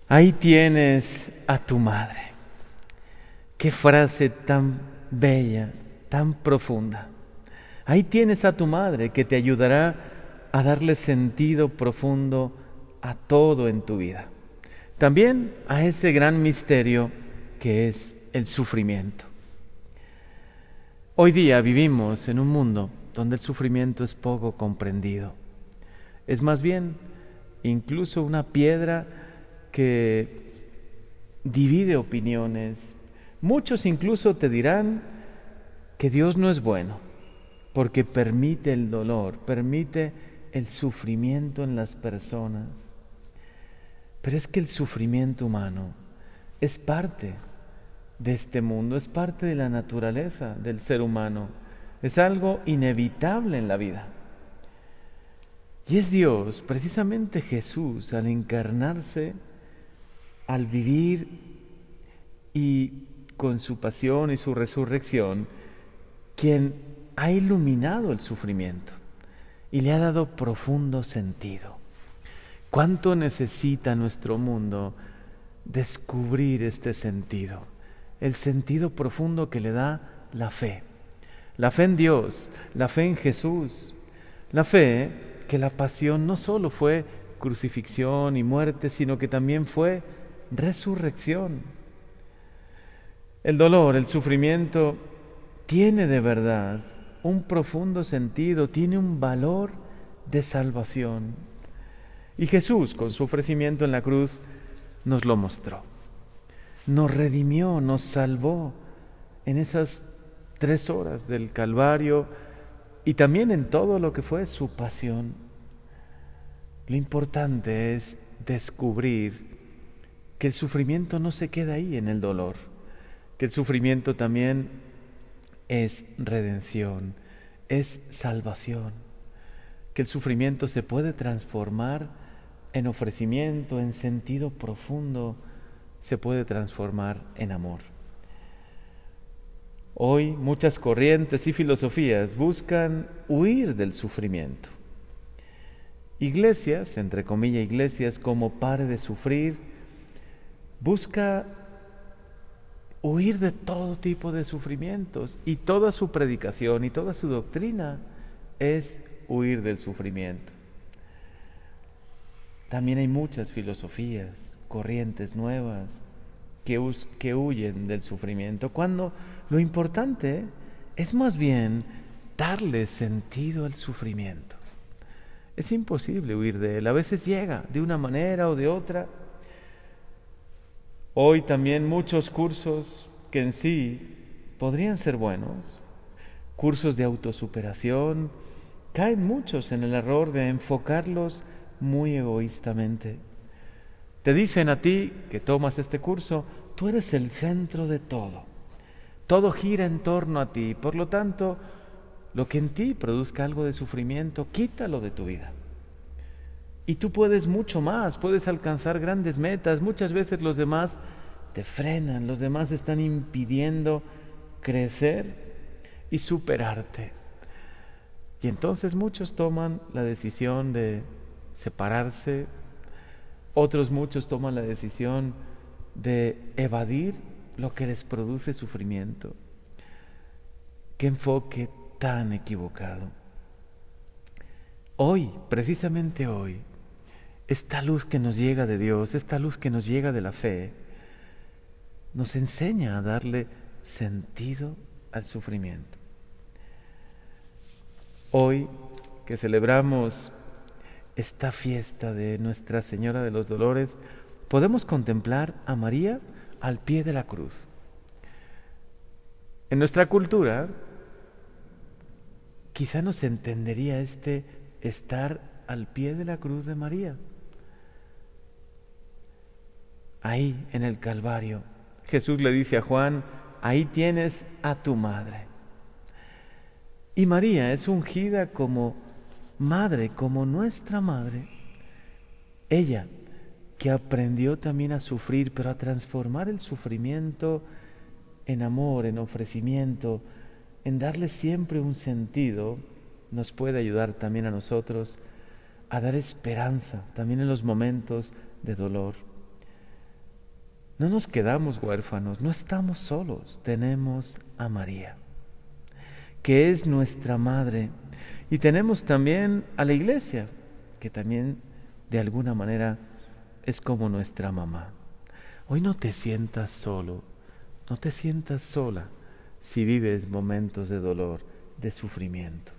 Ahí tienes a tu madre. Qué frase tan bella, tan profunda. Ahí tienes a tu madre que te ayudará a darle sentido profundo a todo en tu vida. También a ese gran misterio que es el sufrimiento. Hoy día vivimos en un mundo donde el sufrimiento es poco comprendido. Es más bien incluso una piedra que divide opiniones. Muchos incluso te dirán que Dios no es bueno, porque permite el dolor, permite el sufrimiento en las personas. Pero es que el sufrimiento humano es parte de este mundo, es parte de la naturaleza del ser humano, es algo inevitable en la vida. Y es Dios, precisamente Jesús, al encarnarse, al vivir y con su pasión y su resurrección, quien ha iluminado el sufrimiento y le ha dado profundo sentido. ¿Cuánto necesita nuestro mundo descubrir este sentido? El sentido profundo que le da la fe. La fe en Dios, la fe en Jesús, la fe que la pasión no solo fue crucifixión y muerte, sino que también fue resurrección. El dolor, el sufrimiento, tiene de verdad un profundo sentido, tiene un valor de salvación. Y Jesús, con su ofrecimiento en la cruz, nos lo mostró. Nos redimió, nos salvó en esas 3 horas del Calvario y también en todo lo que fue su pasión. Lo importante es descubrir que el sufrimiento no se queda ahí en el dolor, que el sufrimiento también es redención, es salvación, que el sufrimiento se puede transformar en ofrecimiento, en sentido profundo, se puede transformar en amor. Hoy muchas corrientes y filosofías buscan huir del sufrimiento. Iglesias, entre comillas iglesias, como Pare de Sufrir, busca huir de todo tipo de sufrimientos y toda su predicación y toda su doctrina es huir del sufrimiento. También hay muchas filosofías, corrientes nuevas que huyen del sufrimiento, cuando lo importante es más bien darle sentido al sufrimiento. Es imposible huir de él, a veces llega de una manera o de otra. Hoy también muchos cursos que en sí podrían ser buenos, cursos de autosuperación, caen muchos en el error de enfocarlos muy egoístamente. Te dicen a ti que tomas este curso, tú eres el centro de todo. Todo gira en torno a ti, por lo tanto, lo que en ti produzca algo de sufrimiento, quítalo de tu vida. Y tú puedes mucho más, puedes alcanzar grandes metas. Muchas veces los demás te frenan, los demás están impidiendo crecer y superarte. Y entonces muchos toman la decisión de separarse, otros muchos toman la decisión de evadir lo que les produce sufrimiento. Qué enfoque tan equivocado. Hoy, precisamente hoy, esta luz que nos llega de Dios, esta luz que nos llega de la fe, nos enseña a darle sentido al sufrimiento. Hoy que celebramos esta fiesta de Nuestra Señora de los Dolores, podemos contemplar a María al pie de la cruz. En nuestra cultura, quizá no se entendería este estar al pie de la cruz de María. Ahí en el Calvario, Jesús le dice a Juan, ahí tienes a tu madre. Y María es ungida como madre, como nuestra madre. Ella que aprendió también a sufrir, pero a transformar el sufrimiento en amor, en ofrecimiento, en darle siempre un sentido, nos puede ayudar también a nosotros a dar esperanza, también en los momentos de dolor. no nos quedamos huérfanos, no estamos solos, tenemos a María, que es nuestra madre, y tenemos también a la Iglesia, que también de alguna manera es como nuestra mamá. Hoy no te sientas solo, no te sientas sola si vives momentos de dolor, de sufrimiento.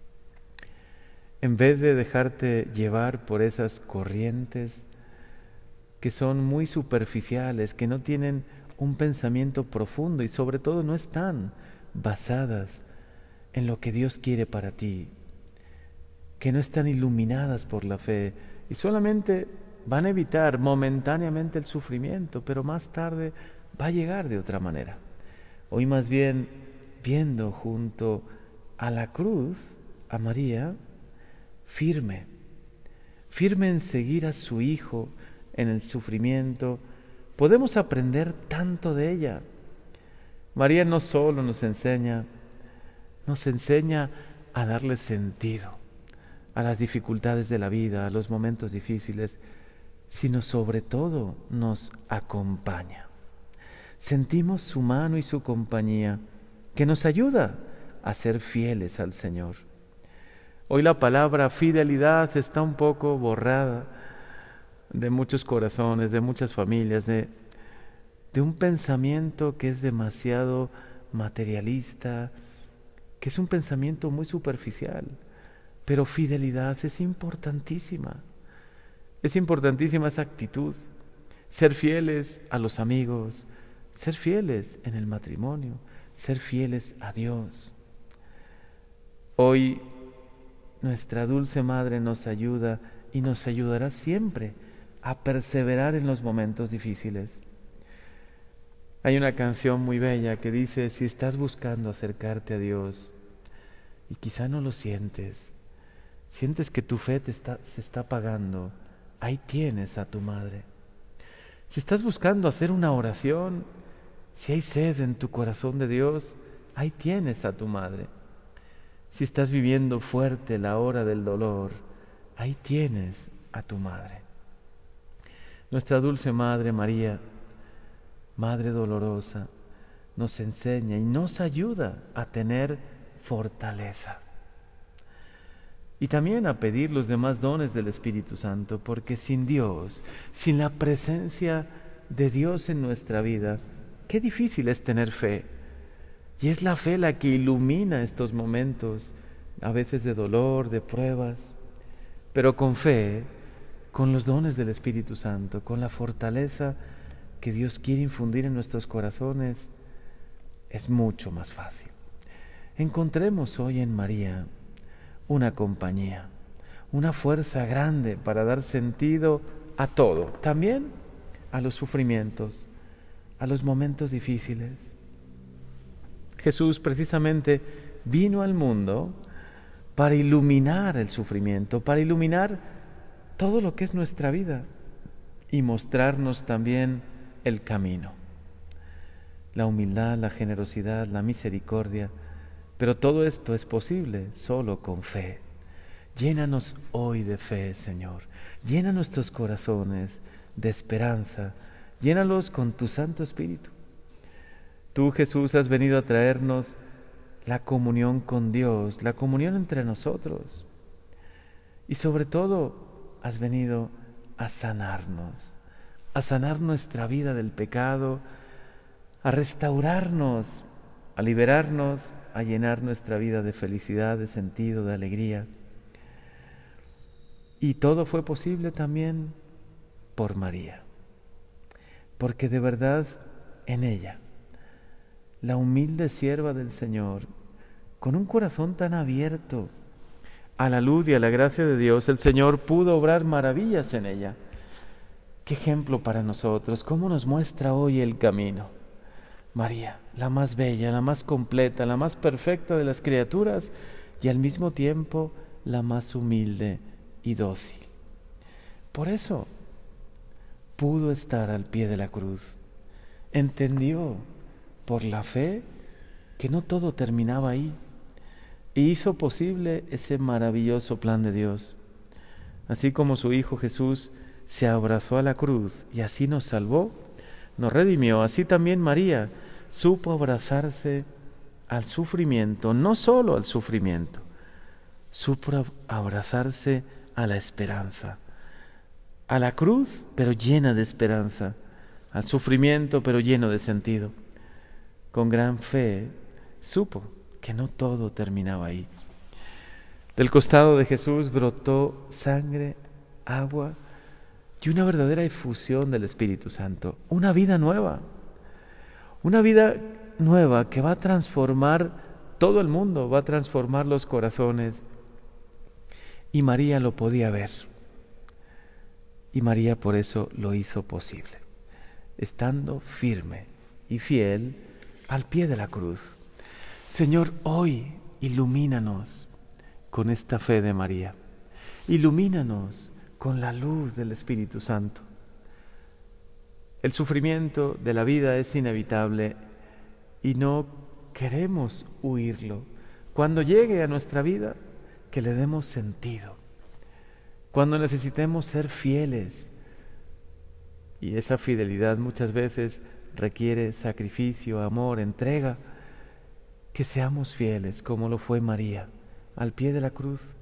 En vez de dejarte llevar por esas corrientes que son muy superficiales, que no tienen un pensamiento profundo y sobre todo no están basadas en lo que Dios quiere para ti, que no están iluminadas por la fe y solamente van a evitar momentáneamente el sufrimiento, pero más tarde va a llegar de otra manera. Hoy más bien, viendo junto a la cruz, a María, firme en seguir a su Hijo en el sufrimiento, podemos aprender tanto de ella. María no solo nos enseña a darle sentido a las dificultades de la vida, a los momentos difíciles, sino sobre todo nos acompaña. Sentimos su mano y su compañía que nos ayuda a ser fieles al Señor. Hoy la palabra fidelidad está un poco borrada de muchos corazones, de muchas familias, de un pensamiento que es demasiado materialista, que es un pensamiento muy superficial. Pero fidelidad es importantísima. Es importantísima esa actitud. Ser fieles a los amigos, ser fieles en el matrimonio, ser fieles a Dios. Hoy nuestra dulce Madre nos ayuda y nos ayudará siempre a perseverar en los momentos difíciles. Hay una canción muy bella que dice: si estás buscando acercarte a Dios y quizá no lo sientes que tu fe se está apagando, ahí tienes a tu Madre. Si estás buscando hacer una oración, si hay sed en tu corazón de Dios, ahí tienes a tu Madre. Si estás viviendo fuerte la hora del dolor, ahí tienes a tu Madre. Nuestra dulce Madre María, Madre dolorosa, nos enseña y nos ayuda a tener fortaleza. Y también a pedir los demás dones del Espíritu Santo, porque sin Dios, sin la presencia de Dios en nuestra vida, qué difícil es tener fe. Y es la fe la que ilumina estos momentos, a veces de dolor, de pruebas, pero con fe, con los dones del Espíritu Santo, con la fortaleza que Dios quiere infundir en nuestros corazones, es mucho más fácil. Encontremos hoy en María una compañía, una fuerza grande para dar sentido a todo, también a los sufrimientos, a los momentos difíciles. Jesús precisamente vino al mundo para iluminar el sufrimiento, para iluminar todo lo que es nuestra vida y mostrarnos también el camino, la humildad, la generosidad, la misericordia. Pero todo esto es posible solo con fe. Llénanos hoy de fe, Señor. Llena nuestros corazones de esperanza. Llénalos con tu Santo Espíritu. Tú, Jesús, has venido a traernos la comunión con Dios, la comunión entre nosotros. Y sobre todo, has venido a sanar nuestra vida del pecado, a restaurarnos, a liberarnos, a llenar nuestra vida de felicidad, de sentido, de alegría. Y todo fue posible también por María, porque de verdad en ella, la humilde sierva del Señor, con un corazón tan abierto a la luz y a la gracia de Dios, el Señor pudo obrar maravillas en ella. Qué ejemplo para nosotros, cómo nos muestra hoy el camino. María, la más bella, la más completa, la más perfecta de las criaturas y al mismo tiempo la más humilde y dócil. Por eso pudo estar al pie de la cruz. Entendió por la fe que no todo terminaba ahí e hizo posible ese maravilloso plan de Dios. Así como su Hijo Jesús se abrazó a la cruz y así nos salvó, nos redimió, así también María supo abrazarse al sufrimiento, no solo al sufrimiento, supo abrazarse a la esperanza, a la cruz, pero llena de esperanza, al sufrimiento, pero lleno de sentido. Con gran fe supo que no todo terminaba ahí. Del costado de Jesús brotó sangre, agua y una verdadera efusión del Espíritu Santo. Una vida nueva que va a transformar todo el mundo, va a transformar los corazones. Y María lo podía ver. Y María por eso lo hizo posible, estando firme y fiel al pie de la cruz. Señor, hoy ilumínanos con esta fe de María. Ilumínanos con la luz del Espíritu Santo. El sufrimiento de la vida es inevitable y no queremos huirlo. Cuando llegue a nuestra vida, que le demos sentido. Cuando necesitemos ser fieles, y esa fidelidad muchas veces requiere sacrificio, amor, entrega, que seamos fieles como lo fue María al pie de la cruz,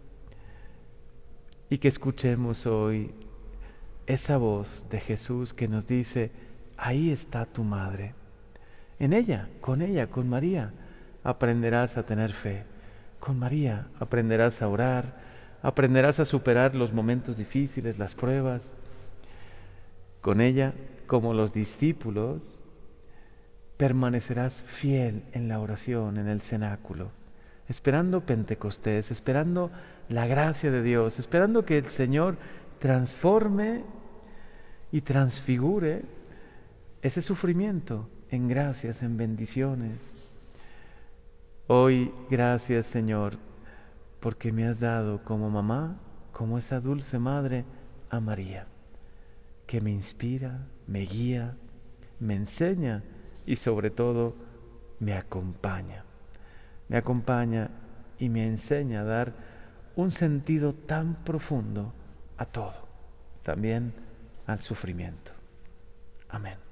y que escuchemos hoy esa voz de Jesús que nos dice: ahí está tu madre. En ella, con María, aprenderás a tener fe. Con María aprenderás a orar, aprenderás a superar los momentos difíciles, las pruebas. Con ella, como los discípulos, permanecerás fiel en la oración, en el cenáculo, esperando Pentecostés, esperando la gracia de Dios, esperando que el Señor transforme y transfigure ese sufrimiento en gracias, en bendiciones. Hoy, gracias, Señor, porque me has dado como mamá, como esa dulce madre, a María, que me inspira, me guía, me enseña y sobre todo me acompaña. Me acompaña y me enseña a dar un sentido tan profundo a todo, también al sufrimiento. Amén.